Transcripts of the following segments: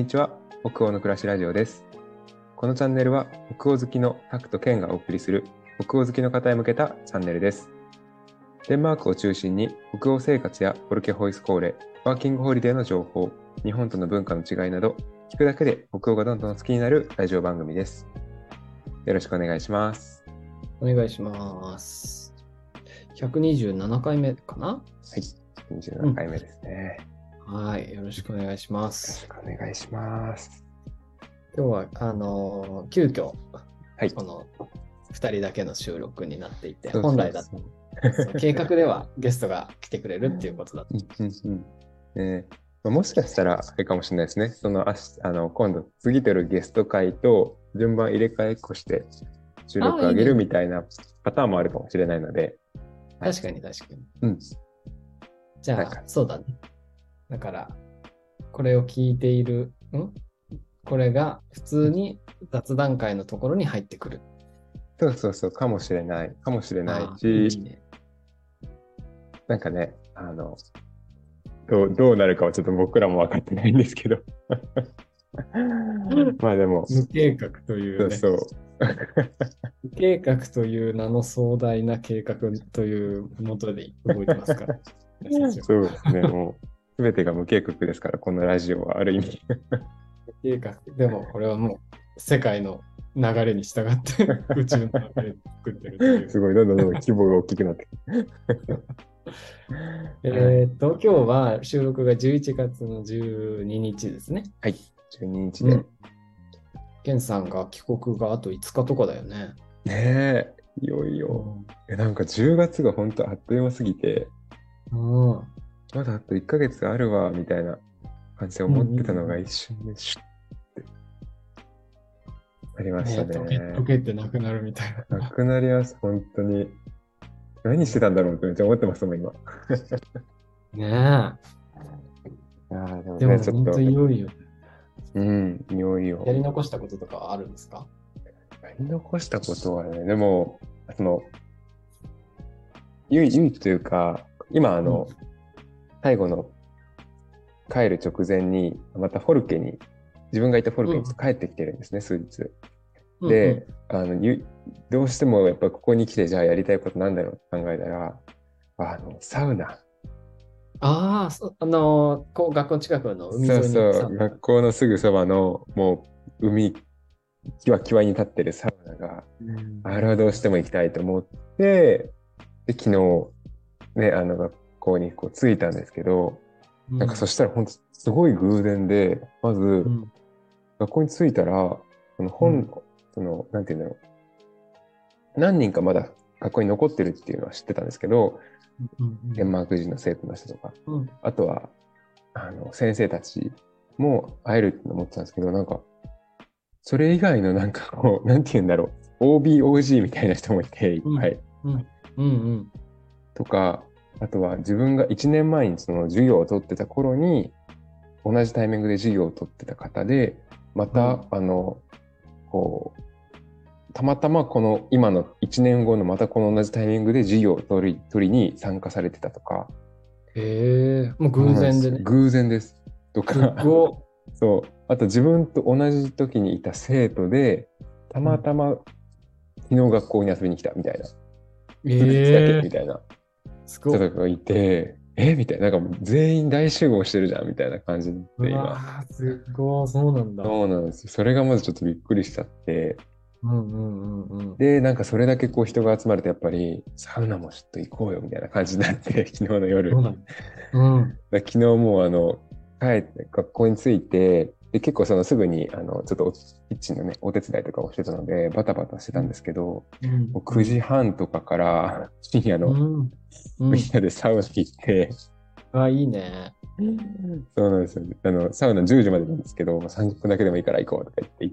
ちは、北欧の暮らしラジオです。このチャンネルは北欧好きのタクとケンがお送りする北欧好きの方へ向けたチャンネルです。デンマークを中心に北欧生活やフォルケホイスコーレ、ワーキングホリデーの情報、日本との文化の違いなど、聞くだけで北欧がどんどん好きになるラジオ番組です。よろしくお願いします。 お願いします。127回目かな？ はい、27回目ですね。 はい、よろしくお願いします。 よろしくお願いします。 今日は急遽、 はい、 この2人だけの収録になっていて、 そう本来だと計画ではゲストが来てくれるっていうことだったもしかしたらあれかもしれないですね。今度次出るゲスト会と順番入れ替えっこして収録上げるみたいなパターンもあるかもしれないので。 確かに。 うん。 じゃあ、そうだね。だから、これを聞いている、これが普通に雑談会のところに入ってくる。 そう、かもしれないし、 いいね、 なんかね、どうなるかはちょっと僕らも分かってないんですけど。まあでも。 無計画というね。 そう。 無計画という名の壮大な計画というもとで動いてますから。 そうですね、もう全てが無計画ですから、このラジオはある意味。 無計画。でもこれはもう世界の流れに従って宇宙の流れで作ってるという。 すごい、どんどん規模が大きくなって今日は収録が11月の12日ですね。 はい、12日で。 ケンさんが帰国があと5日とかだよね。 ねえ、いよいよ。なんか10月が本当あっという間すぎて、まだあと1ヶ月あるわ、みたいな感じで思ってたのが一瞬でシュッてありましたね。 溶けってなくなるみたいな。 なくなります、本当に。何してたんだろうってめっちゃ思ってますもん、今。 ねえ。でも本当いよいよ。 いよいよ。 やり残したこととかはあるんですか？ やり残したことはね、でも、唯一というか、今、最後の帰る直前に、また自分がいたフォルケに帰ってきてるんですね、数日。で、どうしてもやっぱここに来て、じゃあやりたいことなんだろうって考えたら、サウナ。 学校近くの海沿いに。 そう、学校のすぐそばの、もう、海、キワキワに立ってるサウナが、あれはどうしても行きたいと思って、で、昨日、ね、学校にこう着いたんですけど、なんかそしたら本当すごい偶然で、まず、学校に着いたら、なんていうんだろう。何人かまだ学校に残ってるっていうのは知ってたんですけど、デンマーク人の生徒の人とか、あとは、先生たちも会えるって思ってたんですけど、なんか、それ以外のなんかこう、なんていうんだろう、OB、OG みたいな人もいて、いっぱい。とか、あとは自分が1年前にその授業を取ってた頃に、同じタイミングで授業を取ってた方で、また、たまたまこの今の1年後のまたこの同じタイミングで授業を取りに参加されてたとか。 もう偶然でね。 偶然です。とか、そう。あと自分と同じ時にいた生徒で、たまたま昨日学校に遊びに来たみたいな。数日だけみたいな人とかがいて、みたいな。なんかもう全員大集合してるじゃんみたいな感じで今。 すごい、そうなんだ。 そうなんですよ。それがまずちょっとびっくりしちゃって。で、なんかそれだけこう人が集まるとやっぱりサウナもちょっと行こうよみたいな感じになって、昨日の夜。昨日もう帰って学校に着いて、で結構すぐにちょっとキッチンのねお手伝いとかをしてたのでバタバタしてたんですけど、もう9時半とかから深夜のみんなでサウナ行って、 いいね。 そうなんですよ。サウナ10時までなんですけど、30分だけでもいいから行こうとか言って、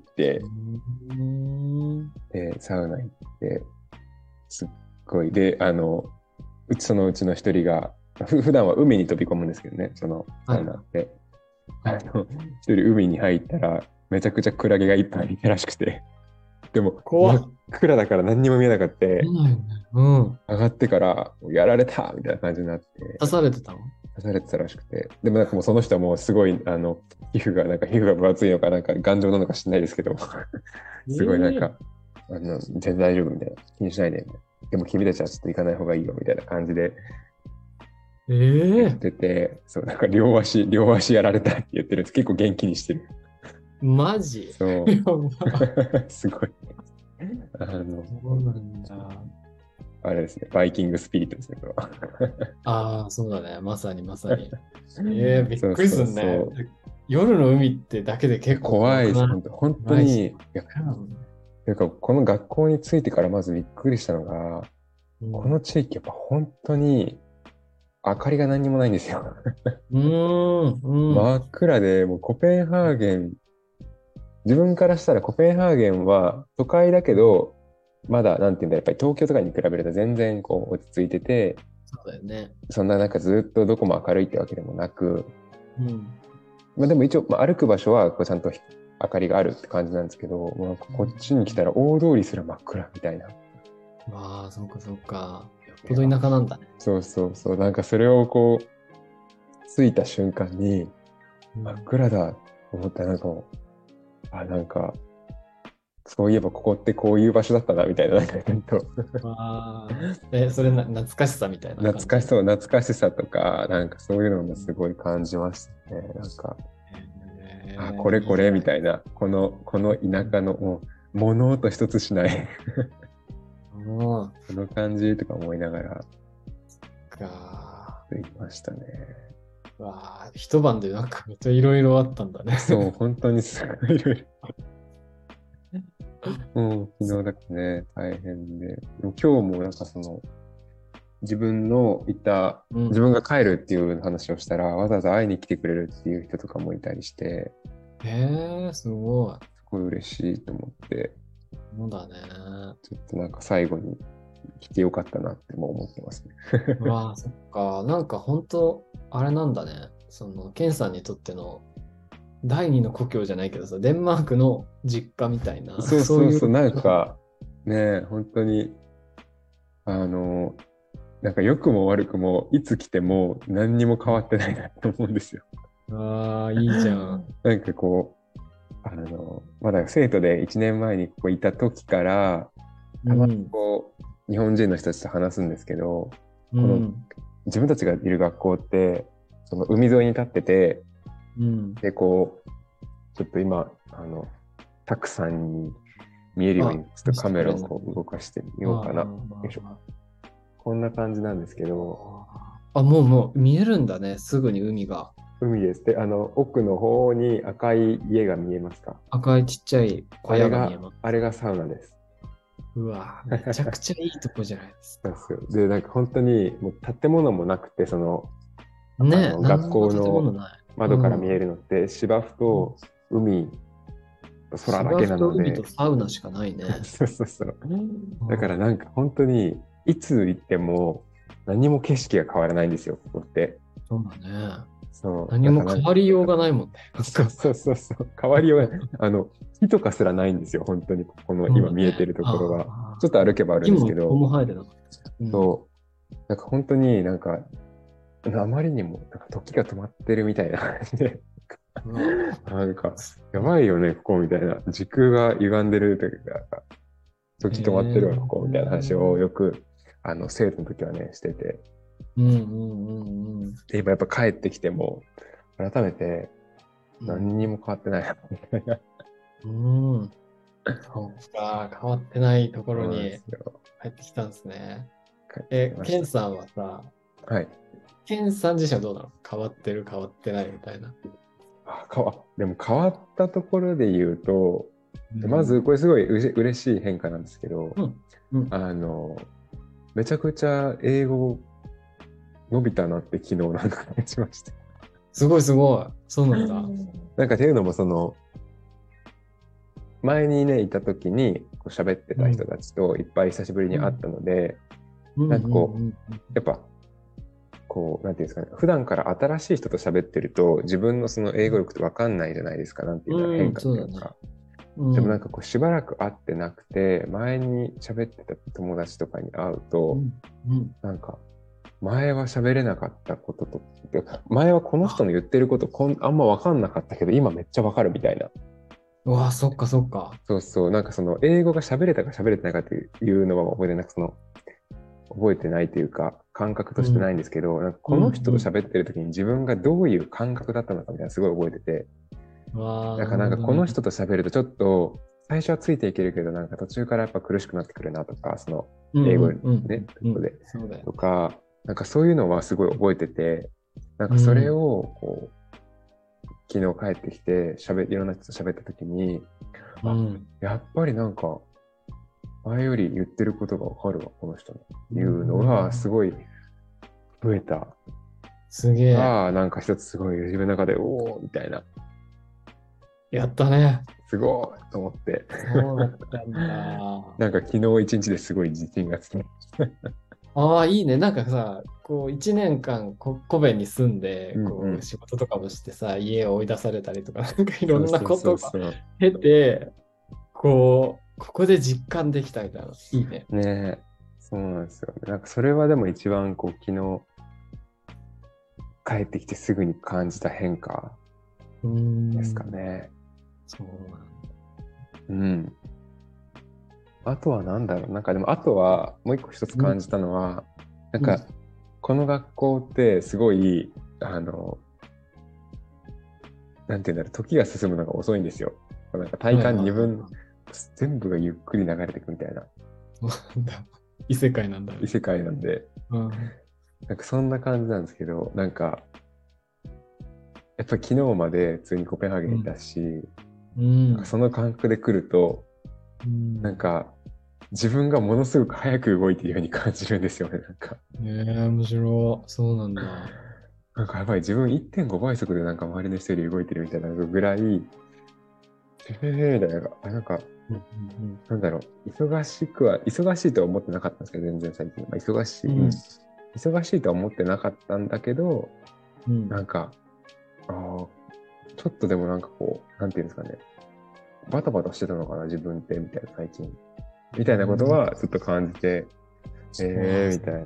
で、サウナ行って、すっごい。で、うちの一人が、普段は海に飛び込むんですけどね、サウナって。一人海に入ったら、めちゃくちゃクラゲがいっぱいいたらしくて。でも、真っ暗だから何にも見えなくて、上がってから、やられたみたいな感じになって。 刺されてたの？ 刺されてたらしくて、でもなんかもうその人はもうすごい皮膚が分厚いのかなんか頑丈なのか知んないですけどすごいなんか、全然大丈夫みたいな、気にしないでみたいな、でも君たちはちょっと行かない方がいいよみたいな感じで言ってて、そうなんか両足やられたって言ってるんです。結構元気にしてる。 マジそうすごいそうなんだ。 あれですね、バイキングスピリットですね、これは。 ああ、そうだね。まさにまさに。びっくりすんね。 そう夜の海ってだけで結構怖いです、 ない本当に。ていうか、この学校に着いてからまずびっくりしたのが、この地域やっぱ本当に明かりが何にもないんですよ。真っ暗で、もうコペンハーゲン、自分からしたらコペンハーゲンは都会だけど、まだ、なんていうんだ、やっぱり東京とかに比べると全然こう落ち着いてて、 そうだよね。 そんななんかずっとどこも明るいってわけでもなく、まあ、でも一応、歩く場所はこうちゃんと明かりがあるって感じなんですけど、なんかこっちに来たら大通りすら真っ暗みたいな。 ああ、そうかそうか。よっぽど田舎なんだね。 そう。なんかそれをこう、着いた瞬間に、真っ暗だと思ったらなんかもう、なんか、そういえばここってこういう場所だったな、みたいな、なんかそれ懐かしさみたいな懐かしさとか、なんかそういうのもすごい感じましたね。なんか、これみたいな、この田舎のもう物音一つしないこの感じとか思いながらできましたね。 一晩でなんかめっちゃいろいろあったんだね。 そう、本当にすごいいろいろ。昨日だけね、大変で。今日もなんか自分が帰るっていう話をしたら、わざわざ会いに来てくれるっていう人とかもいたりして、 すごい。 すごい嬉しいと思って。 そうだね。 ちょっとなんか最後に来てよかったなっても思ってますね。 そっか。なんか本当、あれなんだね。ケンさんにとっての第二の故郷じゃないけどさ、デンマークの実家みたいな。 そう、なんかね、本当に、なんか良くも悪くも、いつ来ても何にも変わってないなと思うんですよ。 いいじゃん。 なんかこう、まだ生徒で1年前にここいた時から、たまにこう、日本人の人たちと話すんですけど、自分たちがいる学校って、その海沿いに立ってて、で、こう、ちょっと今、たくさんに見えるように、ちょっとカメラをこう動かしてみようかな。よいしょ。こんな感じなんですけど。 もう見えるんだね、すぐに海が。 海です。で、奥の方に赤い家が見えますか？ 赤いちっちゃい小屋が見えます。 あれがサウナです。 うわ、めちゃくちゃいいとこじゃないですか。 そうですよ。で、なんか本当にもう建物もなくて、学校の窓から見えるのって芝生と海と空だけなので。 海とサウナしかないね。 そう。だからなんか本当にいつ行っても何も景色が変わらないんですよ、ここって。 そうだね。 そう。 何も変わりようがないもんね。 そう。変わりようがない。木とかすらないんですよ、本当に。ここの今見えてるところは。ちょっと歩けばあるんですけど。そう。なんか本当になんか、あまりにもなんか時が止まってるみたいな感じで。なんか、やばいよね、ここみたいな。時空が歪んでるというか、時止まってるわ、ここみたいな話をよく、生徒の時はね、してて。で、今やっぱ帰ってきても、改めて、何にも変わってないな、みたいな。 そうか、変わってないところに帰ってきたんですね。ケンさんはさ、ケンさん自身はどうなの？変わってる、変わってないみたいな。 でも変わったところで言うと、まずこれすごい嬉しい変化なんですけど、めちゃくちゃ英語伸びたなって昨日なんか感じました。 すごい。そうなんだ。 なんかっていうのも前にねいた時にこう喋ってた人たちといっぱい久しぶりに会ったので、なんかこうやっぱこうなんていうんですかね、普段から新しい人と喋ってると自分のその英語力って分かんないじゃないですか、なんていうか変化っていうか。でもなんかこうしばらく会ってなくて前に喋ってた友達とかに会うと、なんか前は喋れなかったことと、前はこの人の言ってることあんま分かんなかったけど、今めっちゃ分かるみたいな。 うわ、そっかそっか。 そうそう、なんかその英語が喋れたか喋れてないかっていうのは覚えてなく、覚えてないというか、感覚としてないんですけど、なんかこの人と喋ってる時に自分がどういう感覚だったのかみたいなすごい覚えてて、なんかこの人と喋るとちょっと、最初はついていけるけど、なんか途中からやっぱ苦しくなってくるなとか、その英語ね、とか、なんかそういうのはすごい覚えてて、なんかそれをこう、昨日帰ってきていろんな人と喋った時に、やっぱりなんか前より言ってることがわかるわ、この人のいうのがすごい増えた。 すげえ。 なんか一つすごい自分の中で、おおみたいな。 やったね。 すごいと思って。 そうだったんだ。 なんか昨日一日ですごい自信がつきました。 ああ、いいね。なんかさ、こう、1年間、神戸に住んで、こう、仕事とかもしてさ、家を追い出されたりとか、なんかいろんなことが経て、ここで実感できたみたいな。いいね。 ねえ、そうなんですよね。なんかそれはでも一番、こう、昨日、帰ってきてすぐに感じた変化ですかね。 そうなんだ。 うん。あとはなんだろう。なんかでも、あとはもう一個一つ感じたのは、なんか、この学校ってすごい、なんていうんだろう、時が進むのが遅いんですよ。なんか体感全部がゆっくり流れていくみたいな。 異世界なんだ。 異世界なんで。なんかそんな感じなんですけど、なんか、やっぱり昨日まで普通にコペンハーゲンにいたし、なんかその感覚で来ると、なんか自分がものすごく早く動いているように感じるんですよね、なんか。 面白い。そうなんだ。 なんかやっぱり自分 1.5 倍速でなんか周りの人より動いてるみたいなぐらい、みたいな、なんか、なんだろう、忙しいとは思ってなかったんですけど、全然最近。忙しいとは思ってなかったんだけど、なんか、ちょっとでもなんかこう、なんていうんですかね、バタバタしてたのかな、自分って、みたいな、最近。みたいなことはずっと感じて、みたいな。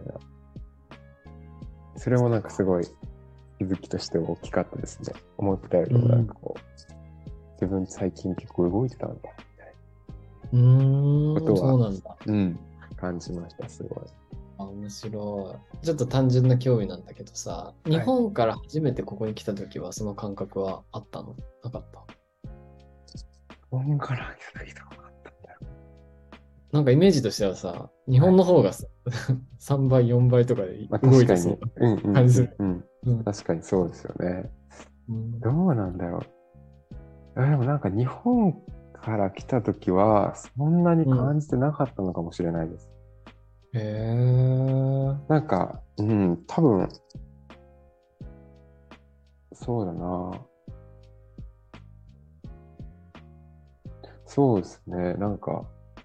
それもなんかすごい気づきとして大きかったですね。思ったよりもなんかこう、自分最近結構動いてたんだ、みたいなことは、感じました、すごい。 面白い。ちょっと単純な興味なんだけどさ、日本から初めてここに来た時はその感覚はあったの？なかった？ 日本から来た時とかあったんだろう。なんかイメージとしてはさ、日本の方がさ、3倍、4倍とかで動いてそうな感じする。 確かにそうですよね。どうなんだろう。でもなんか日本から来た時はそんなに感じてなかったのかもしれないです。なんか、多分、そうだな。そうですね。なんか、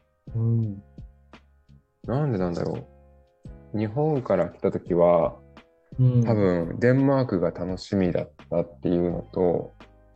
なんでなんだろう。日本から来た時は、多分、デンマークが楽しみだったっていうのと、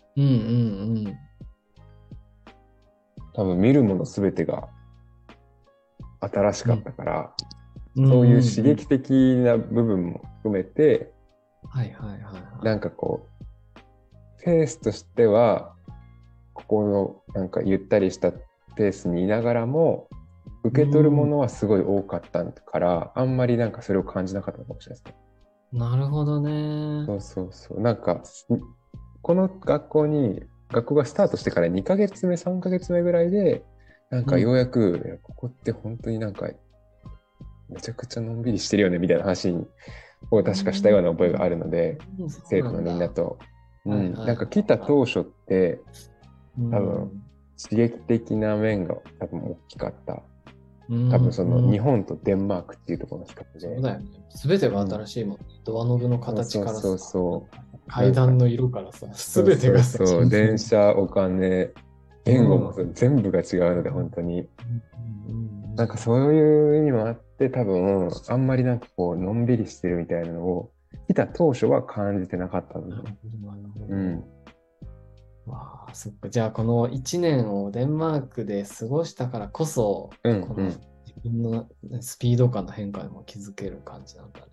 多分見るものすべてが新しかったから、そういう刺激的な部分も含めて、なんかこう、ペースとしては、ここのなんかゆったりしたペースにいながらも、受け取るものはすごい多かったから、あんまりなんかそれを感じなかったかもしれないですね。 なるほどね。 そう。なんか、この学校がスタートしてから2ヶ月目、3ヶ月目ぐらいで、なんかようやく、ここって本当になんか、めちゃくちゃのんびりしてるよねみたいな話を確かしたような覚えがあるので、生徒のみんなと。なんか来た当初って、多分、刺激的な面が多分大きかった。多分その日本とデンマークっていうところの比較で。 そうだよね。全てが新しいもん。ドアノブの形からさ、階段の色からさ、全てがさ、 電車、お金、言語も全部が違うので、本当に。なんかそういう意味もあって、多分、あんまりなんかこう、のんびりしてるみたいなのを、来た当初は感じてなかったので。 わあ、そっか。じゃあ、この1年をデンマークで過ごしたからこそ、この自分のスピード感の変化にも気づける感じなんだね。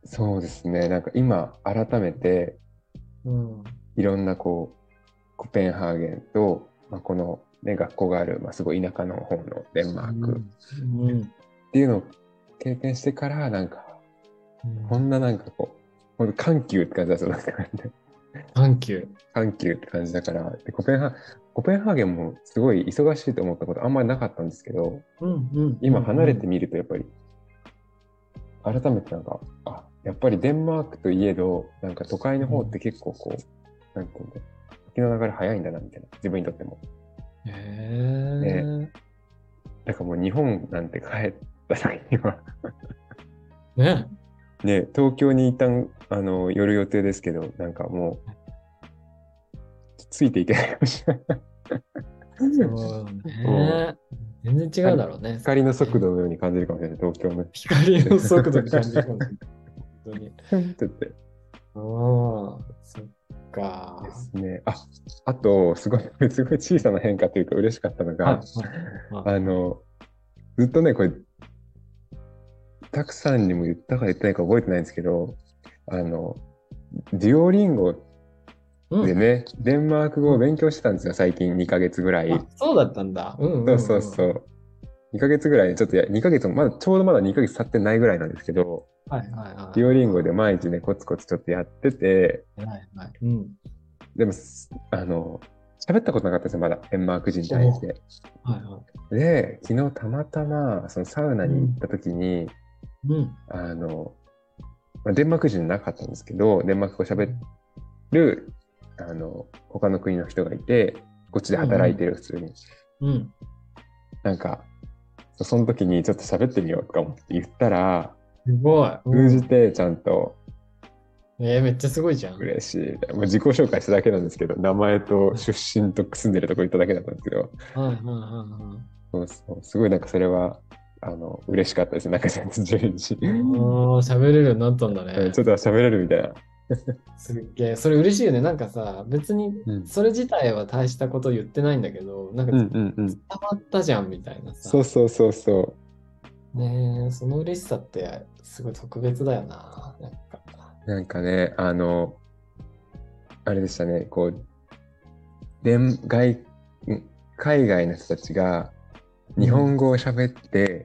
そうですね。なんか今改めてうん。 いろんなこう、コペンハーゲンと、まあ、この、ね、学校がある、まあ、すごい田舎の方のデンマークうん。うん。 っていうのを経験してから、なんか、 うん。 こんななんかこう、ほんと緩急って感じだそうなんかね。 阪急。 緩急って感じだから、でコペンハーゲンもすごい忙しいと思ったことあんまりなかったんですけど、 うん。うん。うん。 今離れてうん。 みるとやっぱり改めてなんか、あ、やっぱりデンマークといえど、なんか都会の方って結構こう、なんていうんだ、時の流れ早いんだなみたいな、自分にとっても。 へね、 え。 だからもう日本なんて帰った時にはね。 ね、東京に一旦寄る予定ですけど、なんかもうついていけないかもしれない。 そうもうね。全然違うだろうね。 光の速ね、 度のように感じるかもしれない、東京の。 光の速度に感じるかもしれない。本当に。 って言ってああ、そっか。 ですね。あと、すごい小さな変化というか嬉しかったのはい、 が、 はい、はい。 あの、ずっとね、これ、たくさんにも言ったか言ってないか覚えてないんですけど、あの、デュオリンゴうん、 でね、デンマーク語をうん。 勉強してたんですよ、最近2ヶ月ぐらい。 あ、そうだったんだ。うん、うそうそうん、うん。 そう。2ヶ月ぐらい、ちょっと2ヶ月も、ちょうどまだ2ヶ月経ってないぐらいなんですけど、 はい、はい、 デュオリンゴでは毎日ね、コツコツちょっとやってて、 い、はい。はい、はい。うん。 でも、喋ったことなかったんですよ、まだ、デンマーク人に対しお、 て。 はい、はで、昨日たまたま、そのサウナい。うん、 に行った時に、 うん。 あの、デンマーク人じゃなかったんですけど、デンマーク語喋る、他の国の人がいて、こっちでうん、うん。 働いてる、普通に。 うん。 なんか、その時にちょっと喋ってみようとか思って言ったら、 すごい。 通うん。 じてちゃんとめっちゃすごいじゃん。 嬉しい。もう自己紹介しただけなんですけど、名前と出身と住んでるとこ言っただけだったんですけど、 はい、はい、はい。 そうそう、すごいなんかそれは、嬉しかったです。なんか全然順次。 ああ、喋れるようになったんだね。 ちょっと喋れるみたいな。 すっげえ。それ嬉しいよね。なんかさ、別にうん。 それ自体は大したこと言ってないんだけど、なんかうん伝うんうん。 わったじゃんみたいなさ。 そうそうそうそねえ、その嬉しさってすごい特別だよな。なんか。 う。なんかね、あれでしたね、こう、電外、海外の人たちが日本うん。 語を喋って、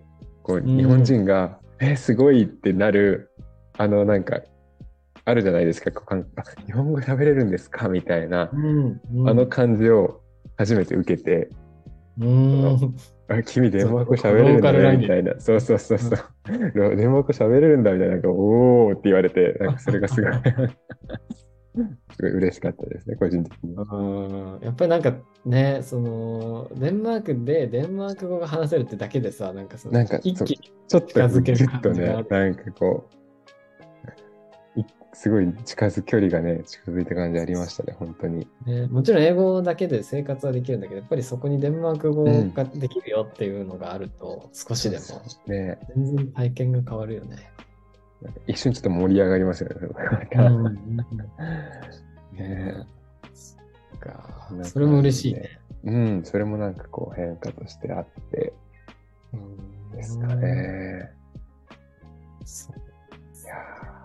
こう、 う日本ん。 人が、すごいってなる、なんか、あるじゃないですか、日本語喋れるんですかみたいな、 うん。うあのん。 感じを初めて受けて、 うそのん。 君、デそう、 ンマーク語喋れローるんだね、 カルランゲージ。 みたいな。そうそうそううん。 そう。デンマーク語喋れるんだ、みたいな。なんか、おーって言われて、なんかそれがすごいすごい嬉しかったですね、個人的に。 うん、やっぱりなんかね、デンマークでデンマーク語が話せるってだけでさ、なんかなんか、そう、 一気にちょっと近づけるギュッとね、 感じがある。 なんかこう、すごい距離がね、近づいた感じありましたね、本当に。 ね、もちろん英語だけで生活はできるんだけど、やっぱりそこにデンマーク語うん。 ができるよっていうのがあると、少しそうそでもう。ね、 全然体験が変わるよね。 なんか一瞬ちょっと盛り上がりますよね、なんうん、 かうんうん。 ね、 ね、そっか、 こんなそれも感じで。 嬉しいね。 うん、それもなんかこう変化としてあってうですかん、 ね。 そう。 いや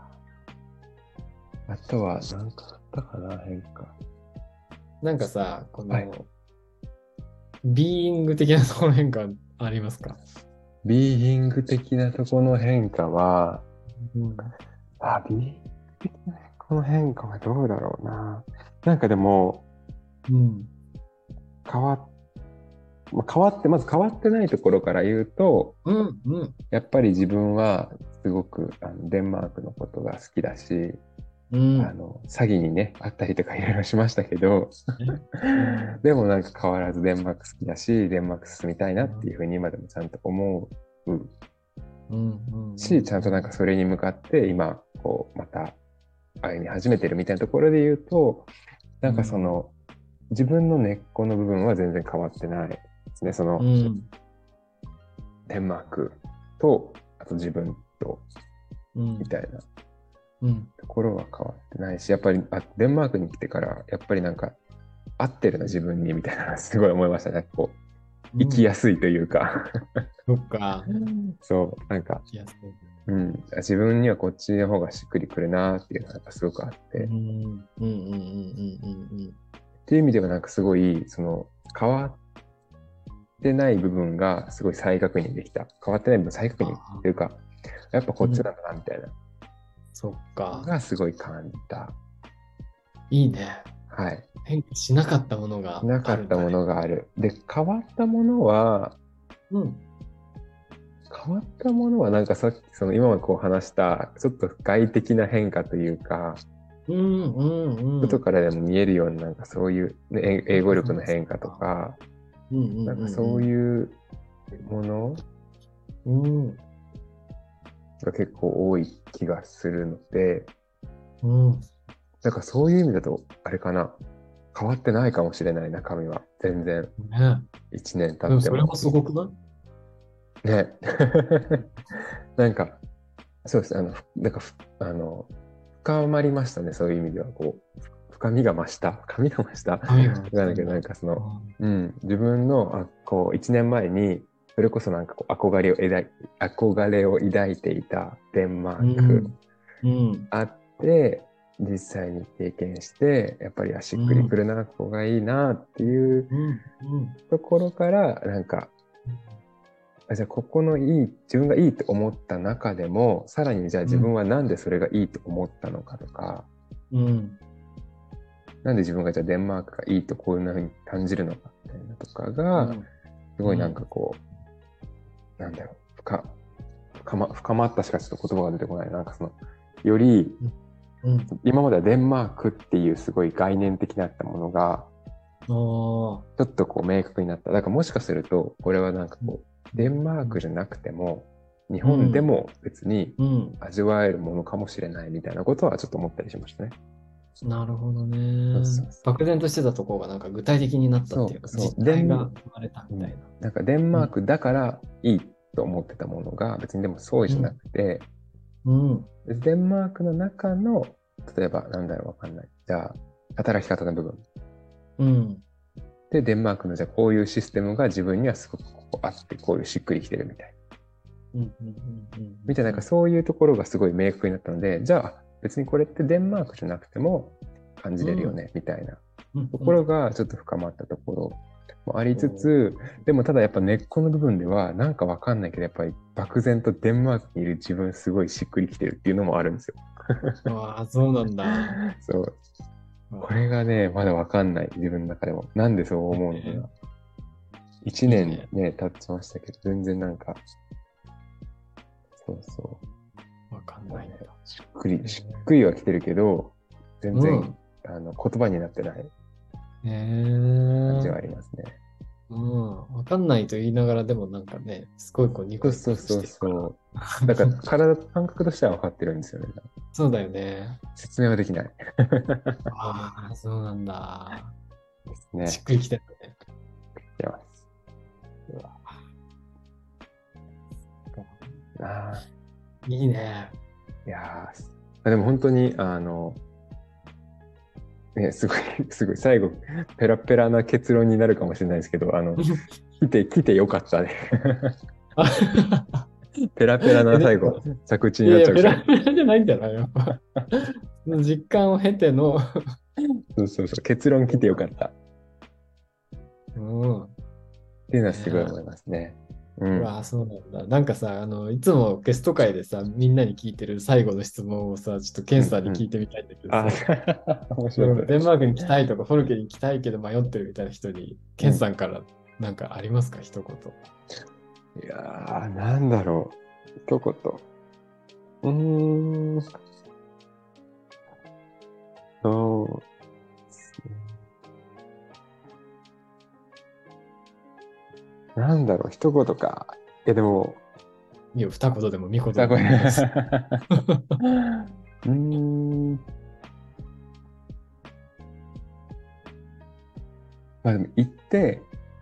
あとは何かあったかな、変化。 なんかさ、 はい。 ビーイング的なところ変化ありますか？ ビーイング的なところの変化は、 うん。 ビーイング的なこの変化はどうだろうな。なんかでも、 うん。 変わっ、まず変わってないところから言うと、 うん。うん。 やっぱり自分はすごくデンマークのことが好きだし、 うん。 詐欺にね、あったりとかいろいろしましたけど、 ね。うん。 でもなんか変わらずデンマーク好きだし、デンマーク進みたいなっていううん。 ふうに今でもちゃんと思ううん。うん。 し、ちゃんとなんかそれに向かって今、こう、また歩み始めてるみたいなところで言うと、なんかそうん。 の、自分の根っこの部分は全然変わってないですね。その、 うん。 デンマークと、あと自分と、 うん。 みたいなうん。 ところは変わってないし、やっぱりデンマークに来てから、やっぱりなんか、合ってるな、自分に、みたいな、すごい思いましたね。こう、生きやうん。 すいというかそっか。 そう、なんか、 いや、そう。 うん、自分にはこっちの方がしっくりくるなっていうのがなんかすごくあって、 うん、うん、うん、うん、うん、 っていう意味ではなんかすごい、変わってない部分がすごい再確認できた。変わってない部分再確認っていうか、やっぱこうん。 っちなんだなみたいなそっのか。 がすごい感じた。 いいね。 はい。 変化しなかったものがなかったもあるんだね。 のがある。で、変わったものは、 うん。 変わったものはなんかさっき今までこう話したちょっと外的な変化というか、 うん、うん、うん。 外からでも見えるようななんかそういう、ね、英語力の変化とか、 うん、うん、 なんかうん、 そういうものうん。うん、 が結構多い気がするので、 うん。 なんかそういう意味だと、あれかな、変わってないかもしれない中身は。全然、 ね。 1年経でもっても。 それもすごくない？ ね。なんか、そうです。なんか深まりましたね、そういう意味では。こう、深みが増した。深みが増した。わ髪が落ちかんないけど、なたんだ。 んか自分の、こう、1年前に、それこそなんかこう、憧れを抱いていたデンマーうクん。うん。 あって、実際に経験して、やっぱりしっくりくうん。 るな、ここがいいなっていううん。うん。 ところから、なんか、じゃあここの自分がいいと思った中でも、さらにじゃあ自分はなんでそれがいいと思ったのかとか、 うん。 なんで自分がじゃあデンマークがいいとこういうふうに感じるのかみたいなとかが、 うん。 すごいなんかこう、なんだろう、深まったしかちょっと言葉が出てこない。なんかより、 うん。 今まではデンマークっていうすごい概念的だったものが、 ああ。 ちょっとこう明確になった。だからもしかすると、これはなんかこう、デンマークじゃなくても、日うん。 本でも別にうん。 味わえるものかもしれないみたいなことはちょっと思ったりしましたね。 なるほどそうそね。 うそう。 漠然としてたところがなんか具体的になったっていうか、 そうそう。 実態が生まれたみたいな。 なんかデンうん。 マークだからいいと思ってたものが別にでもそうじゃなうん。 くて、 うん。 デンマークの中の、例えばなんだろうわかんない。じゃあ、働き方の部分。 うん。 で、デンマークのじゃあこういうシステムが自分にはすごくこうあって、こういうしっくりきてるみたいな。 うん。うん。うん。 みたいな、なんかうん。 そういうところがすごい明確になったので、じゃあ別にこれってデンマークじゃなくても感じうん。 れるよね、みたいなうん。 ところうん。 がちょっと深まったところもありつおつ、でもただやっぱ根っこの部分ではなんかわかんないけど、やっぱり漠然とデンマークにいる自分すごいしっくりきてるっていうのもあるんですよ。 ああ、そうなんだ。 そう。これあがね、まだわかんない。自分の中でも。なんでそう思うのかな。1年いいね。 ね、経ちましたけど、全然なんか、そうそわかんないんだ。 しっくりは来てるけど、全然、 うん。 言葉になってないへ感じはえ。 ありますね。 うん。わかんないと言いながら、でもなんかね、すごいこうニそうコニコそうそうしてるから。 そう。だから感覚としては分かってるんですよね。 そうだよね。 説明はできない。 ああ、そうなんだ。 ですね。 しっくりきてるね。 出ます。 うわ、 あいいね。 いやでも本当に、ね、すごい、すごい、最後、ペラペラな結論になるかもしれないですけど、来てよかったね。ペラペラな最後、 でも、 着地にいやいや、 なっちゃうけど。 ペラペラじゃないんじゃないやっぱ。実感を経ての、 そうそうそう、結論来てよかった。っうん。 ていうのはすごいね思いますね。うん。 うわあ、そうなんだ。なんかさ、いつもゲスト会でさ、みんなに聞いてる最後の質問をさ、ちょっとケンさんにうんうん。 聞いてみたいんだけどあ、 さ、 面白うん、 そう。 デンマークに来たいとか、フォルケに来たいけど迷ってるみたいな人に、ケンうん。 さんからなんかありますか、一言。 いやなんだろう。一言。うーん。そうですね。なんだろう、一言か。いや、でも、 いいよ、二言でも三言で二言。 もいいです。 うーん。まあでも行って、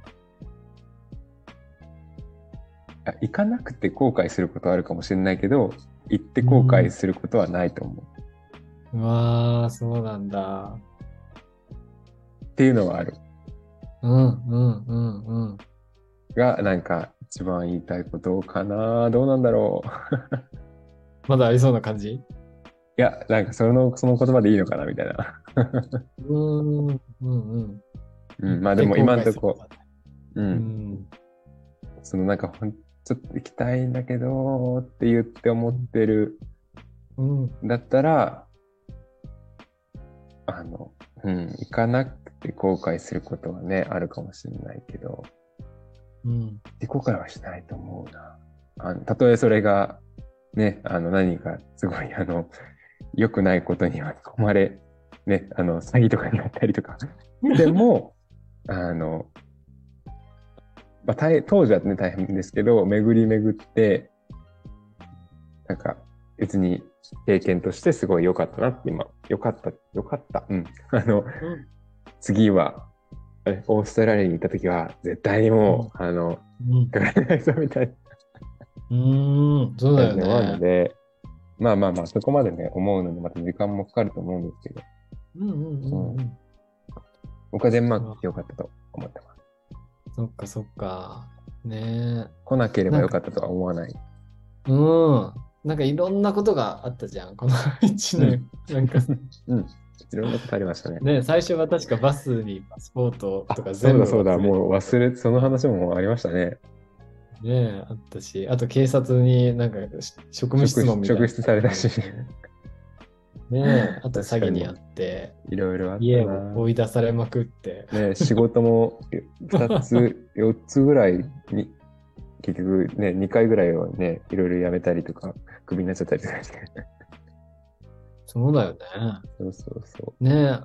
行かなくて後悔することはあるかもしれないけど、行って後悔うん。 することはないと思う。 うわあ、そうなんだ。 っていうのはある。 うん、うん、うん、うん。 が、なんか、一番言いたいことかな。どうなんだろう。 まだありそうな感じ？ いや、なんかその言葉でいいのかなみたいな。 うんうん。 うん、 行っまあでもて後悔今んとこ、 すること。ううん、 ん。 そのなんかちょっと行きたいんだけどって言って思ってるうん。 んだったら、あの、うん、行かなくて後悔することはね、あるかもしれないけど、 うん。 後悔はしないと思うな。たとえそれが、ね、何かすごい、良くないことに巻き込まれ、ね、詐欺とかにあったりとかでも、あの、まあ、当時はね、大変ですけど、巡り巡って、なんか、別に経験としてすごい良かったなって今、良かった。うん。 うん。 次は、オーストラリアに行った時は、絶対にうん。 もう、 うん。 かからないぞみたいなそうだ感じで思うのよね。 で、まあまあまあ、そこまでね、思うのにまた時間もかかると思うんですけど、 うんうんうん、 うんうん。 僕はデンマーク来てようわ、 かったと思ってます。 そっかそっか。ね来なけれえ。なんか、 ばよかったとは思わない。 うん。なんかいろんなことがあったじゃん、この1 うん。 年。なんかうん。いろんなことありましたね。 ね、最初は確かバスにパスポートとあ、 か全部そうだそうだ、 忘れて、 もうその話もありましたね。 ね、あったし、あと警察になんか職務質問みたいなの職質されたし、 されて、ね、あと詐確かに、 欺にあって、 いろいろあった家をな。 追い出されまくって。 ね、仕事も2つ、4つぐらいに、結局ね、2回ぐらいはね、いろいろ辞めたりとか、クビになっちゃったりとかして。 そうだよね。 そうそうそね、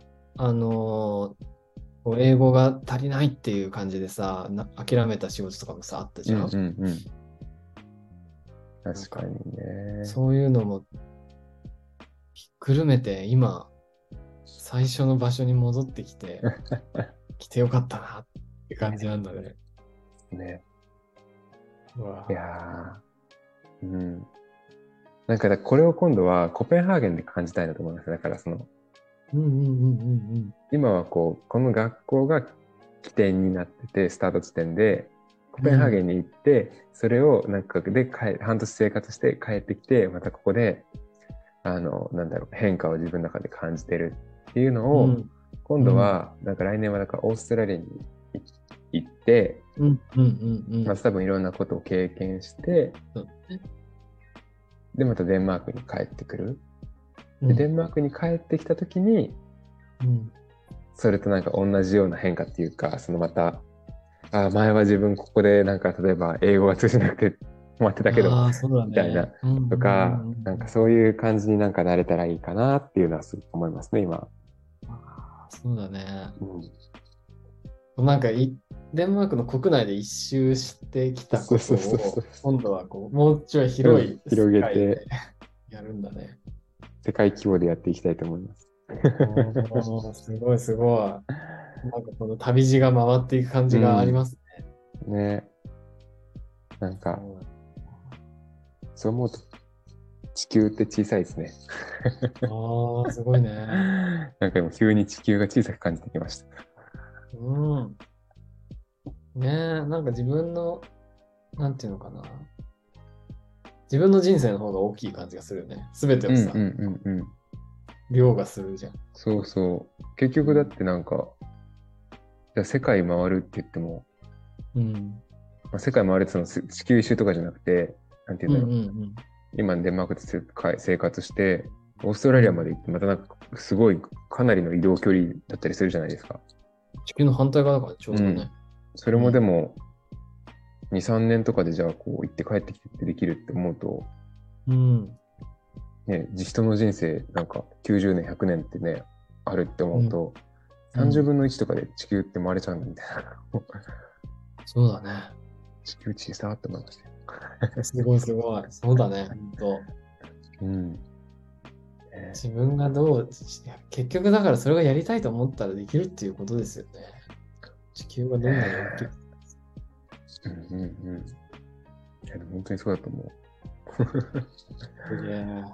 こう英語が足りないっていう感じでさ、諦めた仕事とかもさ、あったう。うんじゃん。 うんうん。 なんか、 確かにね。 そういうのもひっくるめて、今、最初の場所に戻ってきて、来てよかったなって感じなんだね。 ね。いうわ。 やー、うん。なんかこれを今度はコペンハーゲンで感じたいなと思います。だからうんうんうんうん今はこの学校が起点になってて、スタート地点で、コうん。うん。 ペンハーゲンに行って、それをなんかで半年生活して帰ってきて、またここで、なんだろう、変化を自分の中で感じてるっていうのを、 うん今度うん。 は、なんか来年はなんかオーストラリアに行って、 うんうんうんうん。 まず多分いろんなことを経験して、 そうね。 で、またデンマークに帰ってくる。で、デうんンマークに帰ってきたときに、 うんそれとなんか同じような変化っていうか、また、前は自分ここでなんか例えば英語が通じなくて困ってたけど、 ああ、そうだみたいな、 ね。うんうんとか、 うんなんかうんそういう感じになんかなれたらいいかなっていうのはすごく思いますね、今。 ああ、そうだね。 うん。 なんかデンマークの国内で一周してきたことそうそうそうそを、 う。 今度はこう、もうちょいうん。 広い世広げ界でて、 やるんだね。 世界規模でやっていきたいと思います。 おー、すごいすごい。なんかこの旅路が回っていく感じがありうん。 ますね。 ね。なんか、 うん、 そう思うと地球って小さいですね。 ああ、すごいね。 なんかもう急に地球が小さく感じてきました。 うん。ねえ、なんか自分の、なんていうのかな。自分の人生の方が大きい感じがするよね。すべてをさ、 うんうんうんうん。 凌駕するじゃん。 そうそう。結局だってなんか、じゃあ世界回るって言っても、 うん。 まあ、世界回るって地球一周とかじゃなくて、なんて言うんうんだろう。 うん今デンマークで生活して、オーストラリアまうん。 で行って、またなんかすごいかなりの移動距離だったりするじゃないですか。 地球の反対側だからちょうどね。 うん。それうん。 もでも、2、3年とかでじゃあこう行って帰ってきてってできるって思うと、 うん。 ね、人の人生なんか90年、100年ってね、あるって思うん。 うと、30 うん。 分の1とかで地球って回れちゃうんだみたいな。 そうだね。 地球小さーって思いましたよ。 すごいすごい。そうだね。本当。 うん。 自分が結局だからそれがやりたいと思ったらできるっていうことですよね。地球がどんなに大きいか。 うんうんうん。いや、でも本当にそうだと思う。 すげえ。 いや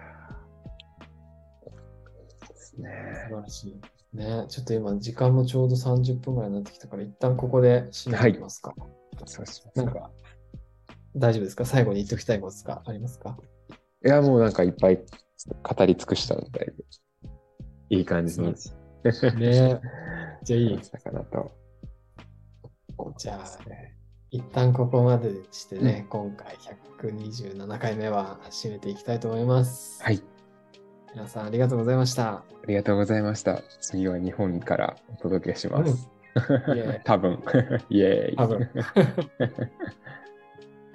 ですね。 素晴らしい。ね、ちょっと今時間もちょうど30分ぐらいになってきたから一旦ここで締めてはい。 おきますか。 そうしますか。 なんか大丈夫ですか？最後に言っておきたいことがありますか？ いや、もうなんかいっぱい語り尽くしたので、いい感じに。 ねえ。じゃあいい。 したかなと。 じゃあ、一旦ここまででしてね、今回127回目は締めていきたいと思います。 はい。 皆さんありがとうございました。 ありがとうございました。次は日本からお届けします。 イエーイ。 多分。イエーイ。 多分。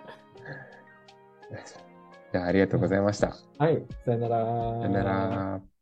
じゃあ、ありがとうございました。 はい、さよなさよなら。 ら。